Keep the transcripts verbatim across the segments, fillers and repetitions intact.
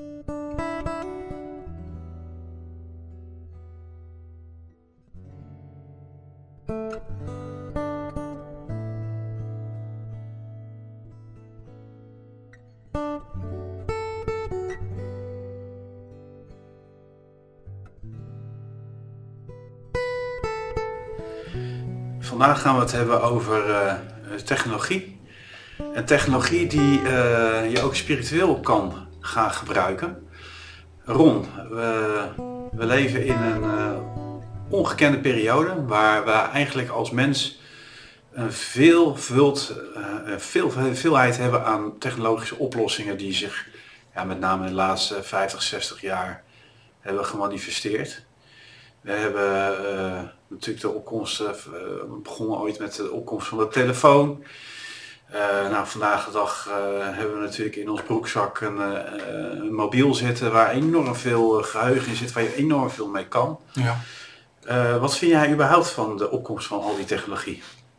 Vandaag gaan we het hebben over uh, technologie. En technologie die uh, je ook spiritueel kan gaan gebruiken. Ron, we, we leven in een uh, ongekende periode waar we eigenlijk als mens een veel, vult, uh, veel veelheid hebben aan technologische oplossingen die zich ja, met name in de laatste vijftig, zestig jaar hebben gemanifesteerd. We hebben uh, natuurlijk de opkomst, uh, we begonnen ooit met de opkomst van de telefoon. Uh, nou, vandaag de dag uh, hebben we natuurlijk in ons broekzak een, uh, een mobiel zitten waar enorm veel uh, geheugen in zit, waar je enorm veel mee kan. Ja. Uh, wat vind jij überhaupt van de opkomst van al die technologie?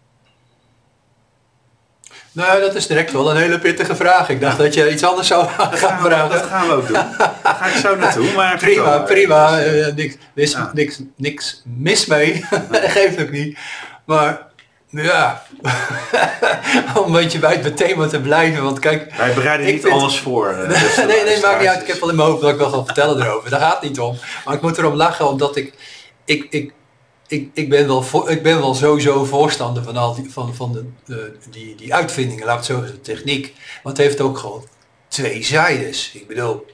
Nou, dat is direct wel een hele pittige vraag. Ik dacht ja. dat je iets anders zou gaan dat gaan we, vragen. Dat gaan we ook doen. Daar ga ik zo naartoe. Maar prima, maar. prima. Dus, uh, niks, niks, ja. niks, niks mis mee. Dat geeft ook niet. Maar ja, om een beetje bij het thema te blijven. Want kijk, wij bereiden niet vind... alles voor. Uh, dus nee, nee, maakt niet uit. Ik heb wel in mijn hoofd dat ik wel ga vertellen erover. Daar gaat het niet om. Maar ik moet erom lachen omdat ik... ik, ik Ik, ik, ben wel voor, ik ben wel sowieso voorstander van, al die, van, van de, de, die, die uitvindingen, laat het zo zeggen, techniek. Want het heeft ook gewoon twee zijdes. Ik bedoel,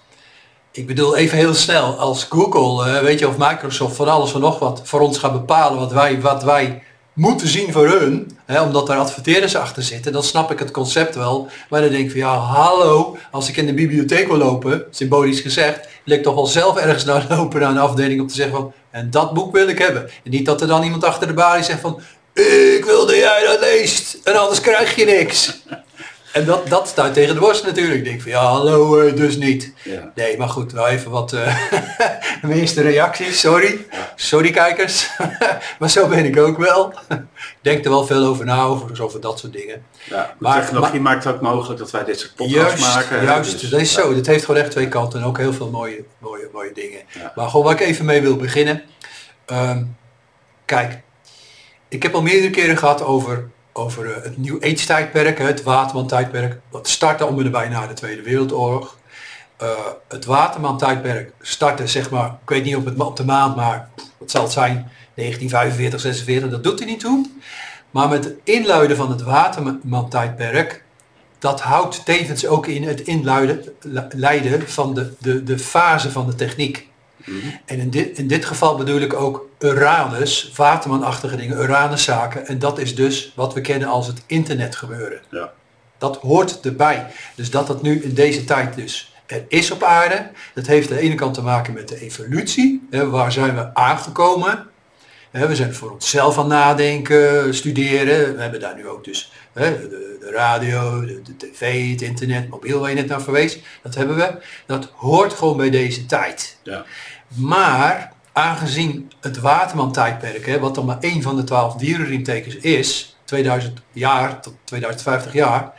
ik bedoel even heel snel, als Google, uh, weet je, of Microsoft van alles en nog wat voor ons gaat bepalen wat wij, wat wij moeten zien voor hun, hè, omdat daar adverteerders achter zitten, dan snap ik het concept wel. Maar dan denk ik van ja, hallo, als ik in de bibliotheek wil lopen, symbolisch gezegd, wil ik toch wel zelf ergens naar lopen naar een afdeling om te zeggen van, en dat boek wil ik hebben. En niet dat er dan iemand achter de balie zegt van, ik wil dat jij dat leest en anders krijg je niks. En dat, dat staat tegen de borst natuurlijk. Ik denk van ja, hallo, uh, dus niet. Ja. Nee, maar goed, wel even wat uh, de meeste reacties, sorry. Ja. Sorry kijkers. Maar zo ben ik ook wel. Ik denk er wel veel over na, over, over dat soort dingen. Ja, maar technologie maar, maakt het ook mogelijk dat wij dit soort podcasts juist, maken. Juist, dus, dat is ja. zo. Dat heeft gewoon echt twee kanten en ook heel veel mooie, mooie, mooie dingen. Ja. Maar gewoon waar ik even mee wil beginnen. Um, kijk, ik heb al meerdere keren gehad over... over uh, het New Age tijdperk, het Waterman tijdperk. Dat startte om en bij na de Tweede Wereldoorlog. Uh, het Waterman tijdperk startte zeg maar, ik weet niet op, het, op de maand, maar wat zal het zijn, negentien vijfenveertig, zesenveertig, dat doet hij niet toe. Maar met het inluiden van het Waterman tijdperk, dat houdt tevens ook in het inluiden leiden van de, de, de fase van de techniek. Mm-hmm. En in dit, in dit geval bedoel ik ook Uranus, Waterman-achtige dingen, Uranuszaken. En dat is dus wat we kennen als het internet gebeuren. Ja. Dat hoort erbij. Dus dat dat nu in deze tijd dus er is op aarde. Dat heeft aan de ene kant te maken met de evolutie. Hè, waar zijn we aangekomen? Hè, we zijn voor onszelf aan nadenken, studeren. We hebben daar nu ook dus hè, de, de radio, de, de tv, het internet, mobiel waar je net naar verwees. Dat hebben we. Dat hoort gewoon bij deze tijd. Ja. Maar aangezien het Waterman tijdperk, hè, wat dan maar één van de twaalf dierenriemtekens is, tweeduizend jaar tot tweeduizend vijftig jaar,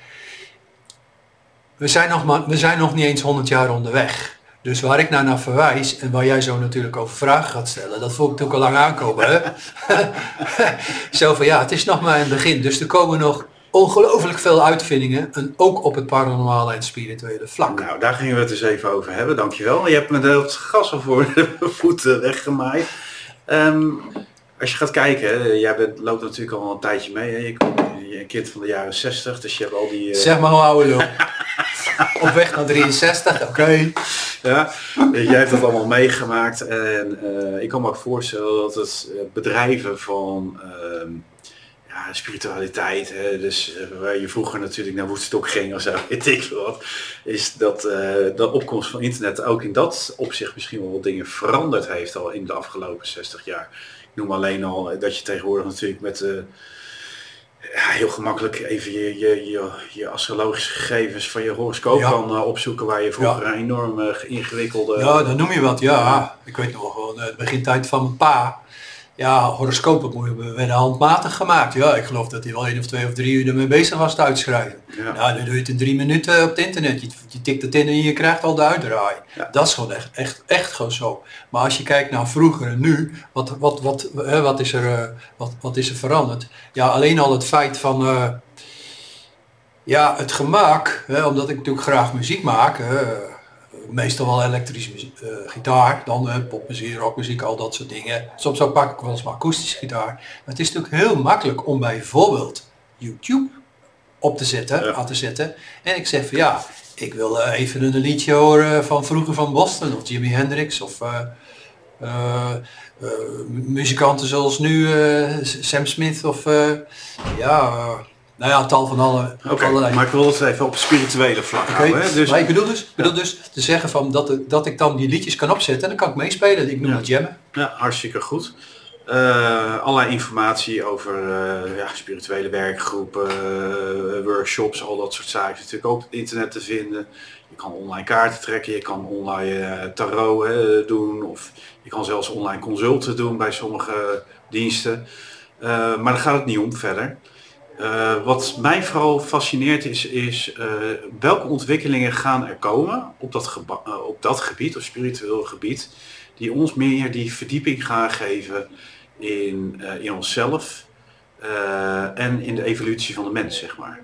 we zijn nog, maar, we zijn nog niet eens honderd jaar onderweg. Dus waar ik nou naar verwijs en waar jij zo natuurlijk over vragen gaat stellen, dat voel ik natuurlijk al lang aankomen. Hè? Zo van ja, het is nog maar een begin. Dus er komen nog ongelooflijk veel uitvindingen en ook op het paranormale en spirituele vlak. Nou, daar gingen we het dus even over hebben, dankjewel. Je hebt me het gas al voor de voeten weggemaaid. Um, als je gaat kijken, jij bent, loopt natuurlijk al een tijdje mee. Hè? Je komt een kind van de jaren zestig, dus je hebt al die... Uh... Zeg maar hoe oude lul. Op weg naar drieënzestig, oké. Okay. Ja, jij hebt dat allemaal meegemaakt en uh, ik kan me ook voorstellen dat het uh, bedrijven van... Uh, Ja, spiritualiteit, hè, dus uh, waar je vroeger natuurlijk naar Woodstock ging of zo, weet ik veel wat, is dat uh, de opkomst van internet ook in dat opzicht misschien wel wat dingen veranderd heeft al in de afgelopen zestig jaar. Ik noem alleen al dat je tegenwoordig natuurlijk met uh, ja, heel gemakkelijk even je, je, je, je astrologische gegevens van je horoscoop ja. kan uh, opzoeken waar je vroeger ja. een enorm uh, ingewikkelde... Ja, dan noem je wat, ja. Ik weet nog wel gewoon uh, de begintijd van mijn pa. Ja, horoscopen werden handmatig gemaakt. Ja, ik geloof dat hij wel één of twee of drie uur ermee bezig was te uitschrijven. Ja. Nou, dan doe je het in drie minuten op het internet. Je, je tikt het in en je krijgt al de uitdraai. Ja. Dat is gewoon echt, echt, echt gewoon zo. Maar als je kijkt naar vroeger en nu, wat, wat, wat, hè, wat, is, er, wat, wat is er veranderd? Ja, alleen al het feit van... Uh, ja, het gemak, hè, omdat ik natuurlijk graag muziek maak... Uh, meestal wel elektrische muziek, uh, gitaar, dan uh, popmuziek, rockmuziek, al dat soort dingen. Soms ook pak ik wel eens maar akoestische gitaar. Maar het is natuurlijk heel makkelijk om bijvoorbeeld YouTube op te zetten, ja. aan te zetten. En ik zeg van ja, ik wil uh, even een liedje horen van vroeger van Boston of Jimi Hendrix of uh, uh, uh, muzikanten zoals nu uh, Sam Smith of uh, ja... Uh, Nou ja, tal van alle, okay, allerlei. Maar ik wil het even op spirituele vlak okay. houden. Hè? Dus, maar ik bedoel dus, ik bedoel ja. dus te zeggen van dat, dat ik dan die liedjes kan opzetten en dan kan ik meespelen. Ik noem ja. het jammen. Ja, hartstikke goed. Uh, allerlei informatie over uh, ja, spirituele werkgroepen, uh, workshops, al dat soort zaken. Is natuurlijk ook op het internet te vinden. Je kan online kaarten trekken, je kan online uh, tarot uh, doen. Of je kan zelfs online consulten doen bij sommige diensten. Uh, maar daar gaat het niet om verder. Uh, wat mij vooral fascineert is, is uh, welke ontwikkelingen gaan er komen op dat, geba- uh, op dat gebied, of spiritueel gebied, die ons meer die verdieping gaan geven in, uh, in onszelf uh, en in de evolutie van de mens, zeg maar.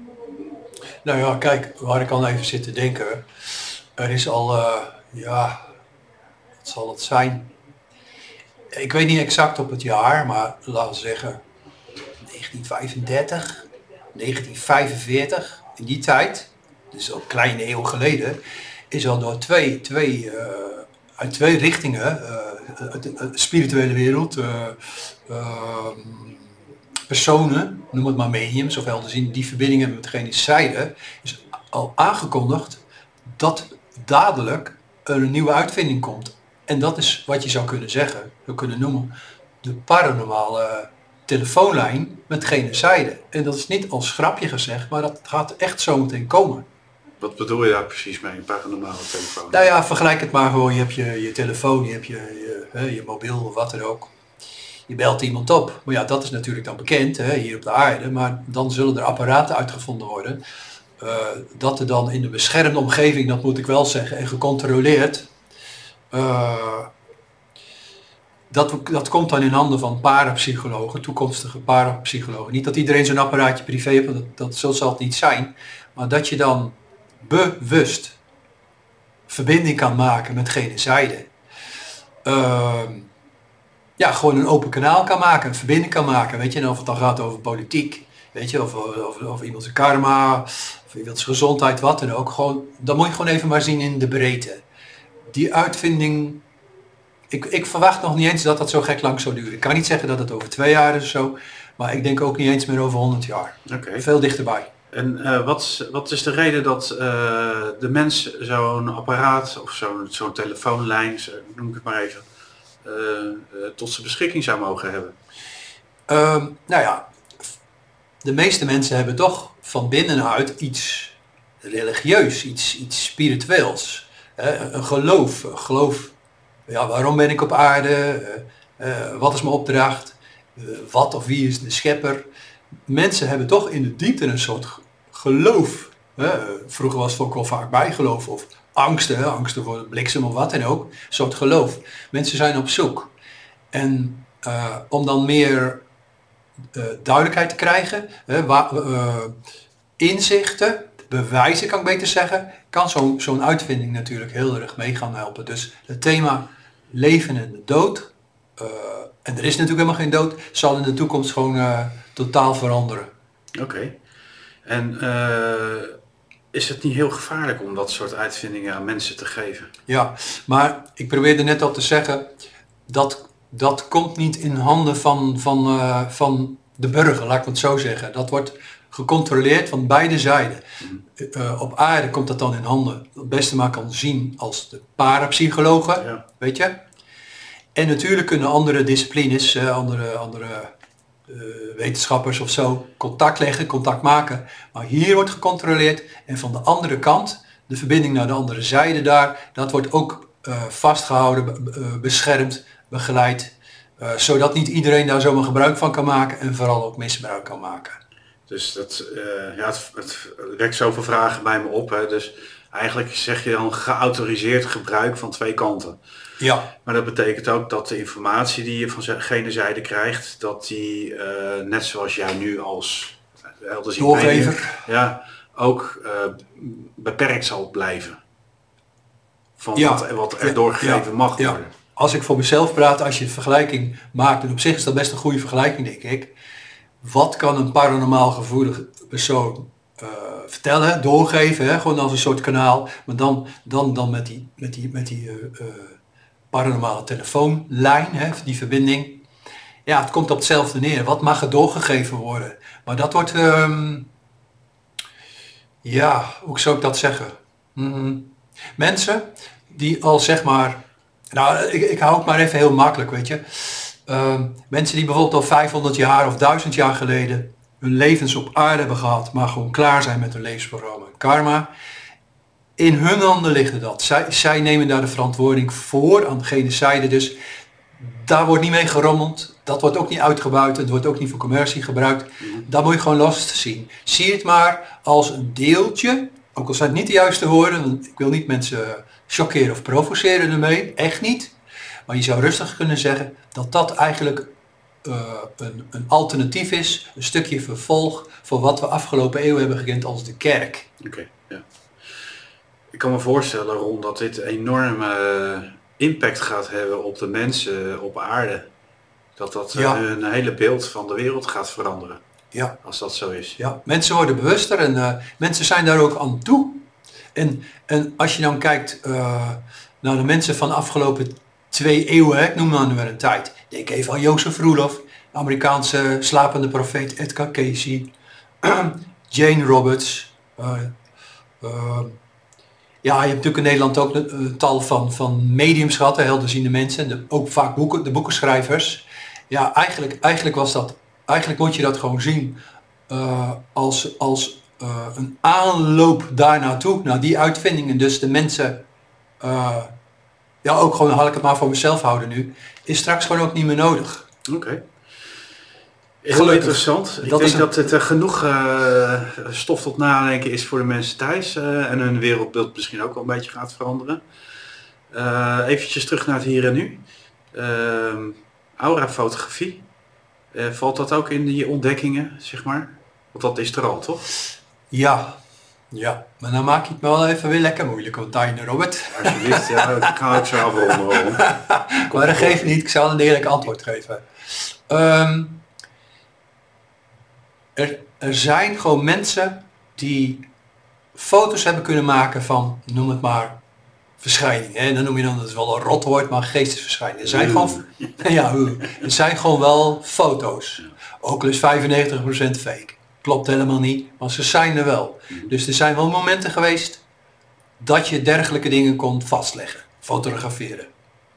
Nou ja, kijk, waar ik al even zit te denken, er is al, uh, ja, wat zal het zijn? Ik weet niet exact op het jaar, maar laten we zeggen... negentien vijfendertig, negentien vijfenveertig, in die tijd, dus al een kleine eeuw geleden, is al door twee, twee, uh, uit twee richtingen, uh, de spirituele wereld, uh, uh, personen, noem het maar mediums, of wel te zien, die verbindingen met degene zijde, is al aangekondigd dat dadelijk er een nieuwe uitvinding komt. En dat is wat je zou kunnen zeggen, we kunnen noemen, de paranormale telefoonlijn met gene zijde. En dat is niet als grapje gezegd, maar dat gaat echt zo meteen komen. Wat bedoel je daar precies mee, een paranormale telefoon? Nou ja, vergelijk het maar gewoon. Je hebt je, je telefoon, je hebt je, je, hè, je mobiel of wat dan ook. Je belt iemand op. Maar ja, dat is natuurlijk dan bekend, hè, hier op de aarde. Maar dan zullen er apparaten uitgevonden worden. Uh, dat er dan in de beschermde omgeving, dat moet ik wel zeggen, en gecontroleerd... Uh, Dat, dat komt dan in handen van parapsychologen, toekomstige parapsychologen. Niet dat iedereen zo'n apparaatje privé heeft, want dat, dat zo zal het niet zijn. Maar dat je dan bewust verbinding kan maken met gene zijde. Uh, ja, gewoon een open kanaal kan maken, een verbinding kan maken. Weet je, en of het dan gaat over politiek, weet je, of over, over iemands karma, of iemands gezondheid, wat dan ook. Gewoon, dan moet je gewoon even maar zien in de breedte. Die uitvinding... Ik, ik verwacht nog niet eens dat dat zo gek lang zou duren. Ik kan niet zeggen dat het over twee jaar is of zo, maar ik denk ook niet eens meer over honderd jaar. Okay. Veel dichterbij. En uh, wat, wat is de reden dat uh, de mens zo'n apparaat of zo'n zo'n telefoonlijn, zo noem ik het maar even, uh, uh, tot zijn beschikking zou mogen hebben? Uh, nou ja, de meeste mensen hebben toch van binnenuit iets religieus, iets, iets spiritueels. Hè? Een geloof, een geloof. Ja, waarom ben ik op aarde? Uh, uh, wat is mijn opdracht? Uh, wat of wie is de schepper? Mensen hebben toch in de diepte een soort geloof. Uh, vroeger was het ook wel vaak bijgeloof of angsten, hè? Angsten voor de bliksem of wat dan ook. Een soort geloof. Mensen zijn op zoek. En uh, om dan meer uh, duidelijkheid te krijgen, uh, wa- uh, inzichten, bewijzen kan ik beter zeggen, kan zo'n zo'n uitvinding natuurlijk heel erg mee gaan helpen. Dus het thema leven en de dood, uh, en er is natuurlijk helemaal geen dood, zal in de toekomst gewoon uh, totaal veranderen. Oké. Okay. En uh, is het niet heel gevaarlijk om dat soort uitvindingen aan mensen te geven? Ja, maar ik probeerde net al te zeggen, dat, dat komt niet in handen van, van, uh, van de burger, laat ik het zo zeggen. Dat wordt gecontroleerd van beide zijden. Uh, op aarde komt dat dan in handen, het beste maar kan zien als de parapsychologen, ja. Weet je. En natuurlijk kunnen andere disciplines, uh, andere, andere uh, wetenschappers of zo, contact leggen, contact maken. Maar hier wordt gecontroleerd en van de andere kant, de verbinding naar de andere zijde daar, dat wordt ook uh, vastgehouden, be- uh, beschermd, begeleid. Uh, Uh, zodat niet iedereen daar zomaar gebruik van kan maken en vooral ook misbruik kan maken. Dus dat, uh, ja, het, het wekt zoveel vragen bij me op. Hè. Dus eigenlijk zeg je dan geautoriseerd gebruik van twee kanten. Ja. Maar dat betekent ook dat de informatie die je van gene zijde krijgt, dat die uh, net zoals jij nu als uh, doorgever, ja, ook uh, beperkt zal blijven. Van ja. wat, wat er ja. doorgegeven ja. mag worden. Ja. Als ik voor mezelf praat, als je een vergelijking maakt, en op zich is dat best een goede vergelijking, denk ik. Wat kan een paranormaal gevoelige persoon uh, vertellen, doorgeven, hè? Gewoon als een soort kanaal, maar dan, dan, dan met die, met die, met die uh, uh, paranormale telefoonlijn, hè? Die verbinding. Ja, het komt op hetzelfde neer. Wat mag er doorgegeven worden? Maar dat wordt, um, ja, hoe zou ik dat zeggen? Mm-hmm. Mensen die al zeg maar, nou ik, ik hou het maar even heel makkelijk, weet je. Uh, mensen die bijvoorbeeld al vijfhonderd jaar of duizend jaar geleden hun levens op aarde hebben gehad, maar gewoon klaar zijn met hun levensprogramma. Karma. In hun handen ligt dat. Zij, zij nemen daar de verantwoording voor aan degene zijde. Dus daar wordt niet mee gerommeld. Dat wordt ook niet uitgebuit. Het wordt ook niet voor commercie gebruikt. Daar moet je gewoon last zien. Zie het maar als een deeltje. Ook al zijn het niet de juiste woorden. Ik wil niet mensen chockeren of provoceren ermee. Echt niet. Maar je zou rustig kunnen zeggen dat dat eigenlijk uh, een, een alternatief is. Een stukje vervolg voor wat we afgelopen eeuw hebben gekend als de kerk. Oké, okay, ja. Ik kan me voorstellen, Ron, dat dit enorme impact gaat hebben op de mensen op aarde. Dat dat ja. een hele beeld van de wereld gaat veranderen. Ja. Als dat zo is. Ja, mensen worden bewuster en uh, mensen zijn daar ook aan toe. En, en als je dan kijkt uh, naar de mensen van de afgelopen twee eeuwen, hè, ik noem maar nu weer een tijd. Denk even aan Jozef Roelof, Amerikaanse slapende profeet Edgar Cayce, Jane Roberts. Uh, uh, ja, je hebt natuurlijk in Nederland ook een uh, tal van, van mediums gehad, helderziende mensen, de, ook vaak boeken, de boekenschrijvers. Ja, eigenlijk, eigenlijk was dat, eigenlijk moet je dat gewoon zien uh, als, als uh, een aanloop daar naartoe, naar die uitvindingen. Dus de mensen, uh, ja ook gewoon, had ik het maar voor mezelf houden nu, is straks gewoon ook niet meer nodig. Oké. Okay. Heel Gelukkig. Interessant. Ik dat denk een... dat het uh, genoeg uh, stof tot nadenken is voor de mensen thuis uh, en hun wereldbeeld misschien ook wel een beetje gaat veranderen. Uh, eventjes terug naar het hier en nu. Uh, aura-fotografie. Uh, valt dat ook in die ontdekkingen, zeg maar? Want dat is er al, toch? Ja, ja. Maar dan maak ik het me wel even weer lekker moeilijk, want Tijne Robert. Alsjeblieft, ja, ik ga ook zo afronden. Maar dat geeft niet, ik zal een eerlijk antwoord geven. Um, er, er zijn gewoon mensen die foto's hebben kunnen maken van, noem het maar, verschijningen. En dan noem je dan, dat is wel een rotwoord, maar geestesverschijningen. Er zijn gewoon, ja, er zijn gewoon wel foto's. Ook al is vijfennegentig procent fake. Klopt helemaal niet, maar ze zijn er wel. Dus er zijn wel momenten geweest dat je dergelijke dingen kon vastleggen, fotograferen.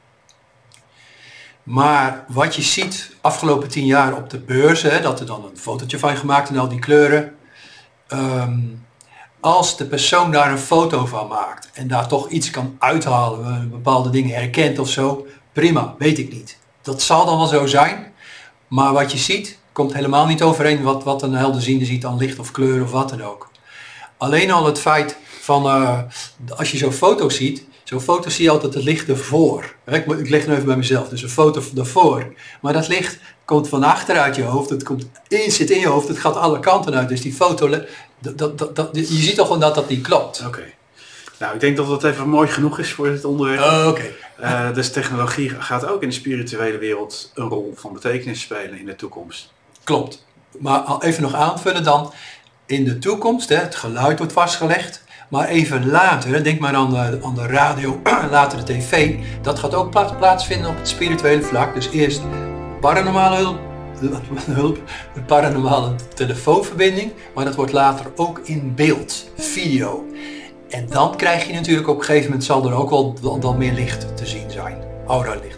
Maar wat je ziet afgelopen tien jaar op de beurs, hè, dat er dan een fotootje van gemaakt en al die kleuren. Um, als de persoon daar een foto van maakt en daar toch iets kan uithalen, bepaalde dingen herkent of zo, prima, weet ik niet. Dat zal dan wel zo zijn, maar wat je ziet komt helemaal niet overeen wat, wat een helderziende ziet aan licht of kleur of wat dan ook. Alleen al het feit van, uh, als je zo'n foto ziet, zo'n foto zie je altijd het licht ervoor. Ik, ik leg nu even bij mezelf, dus een foto ervoor. Maar dat licht komt van achteruit je hoofd, het komt in, zit in je hoofd, het gaat alle kanten uit. Dus die foto, dat, dat, dat, je ziet toch gewoon dat dat niet klopt. Oké. Okay. Nou, ik denk dat dat even mooi genoeg is voor dit onderwerp. Uh, Oké. Okay. Uh, dus technologie gaat ook in de spirituele wereld een rol van betekenis spelen in de toekomst. Klopt. Maar even nog aanvullen dan. In de toekomst, hè, het geluid wordt vastgelegd. Maar even later, denk maar aan de, aan de radio, later de tv. Dat gaat ook plaats, plaatsvinden op het spirituele vlak. Dus eerst paranormale hulp, hulp, een paranormale telefoonverbinding. Maar dat wordt later ook in beeld, video. En dan krijg je natuurlijk op een gegeven moment, zal er ook wel dan meer licht te zien zijn. Aura licht.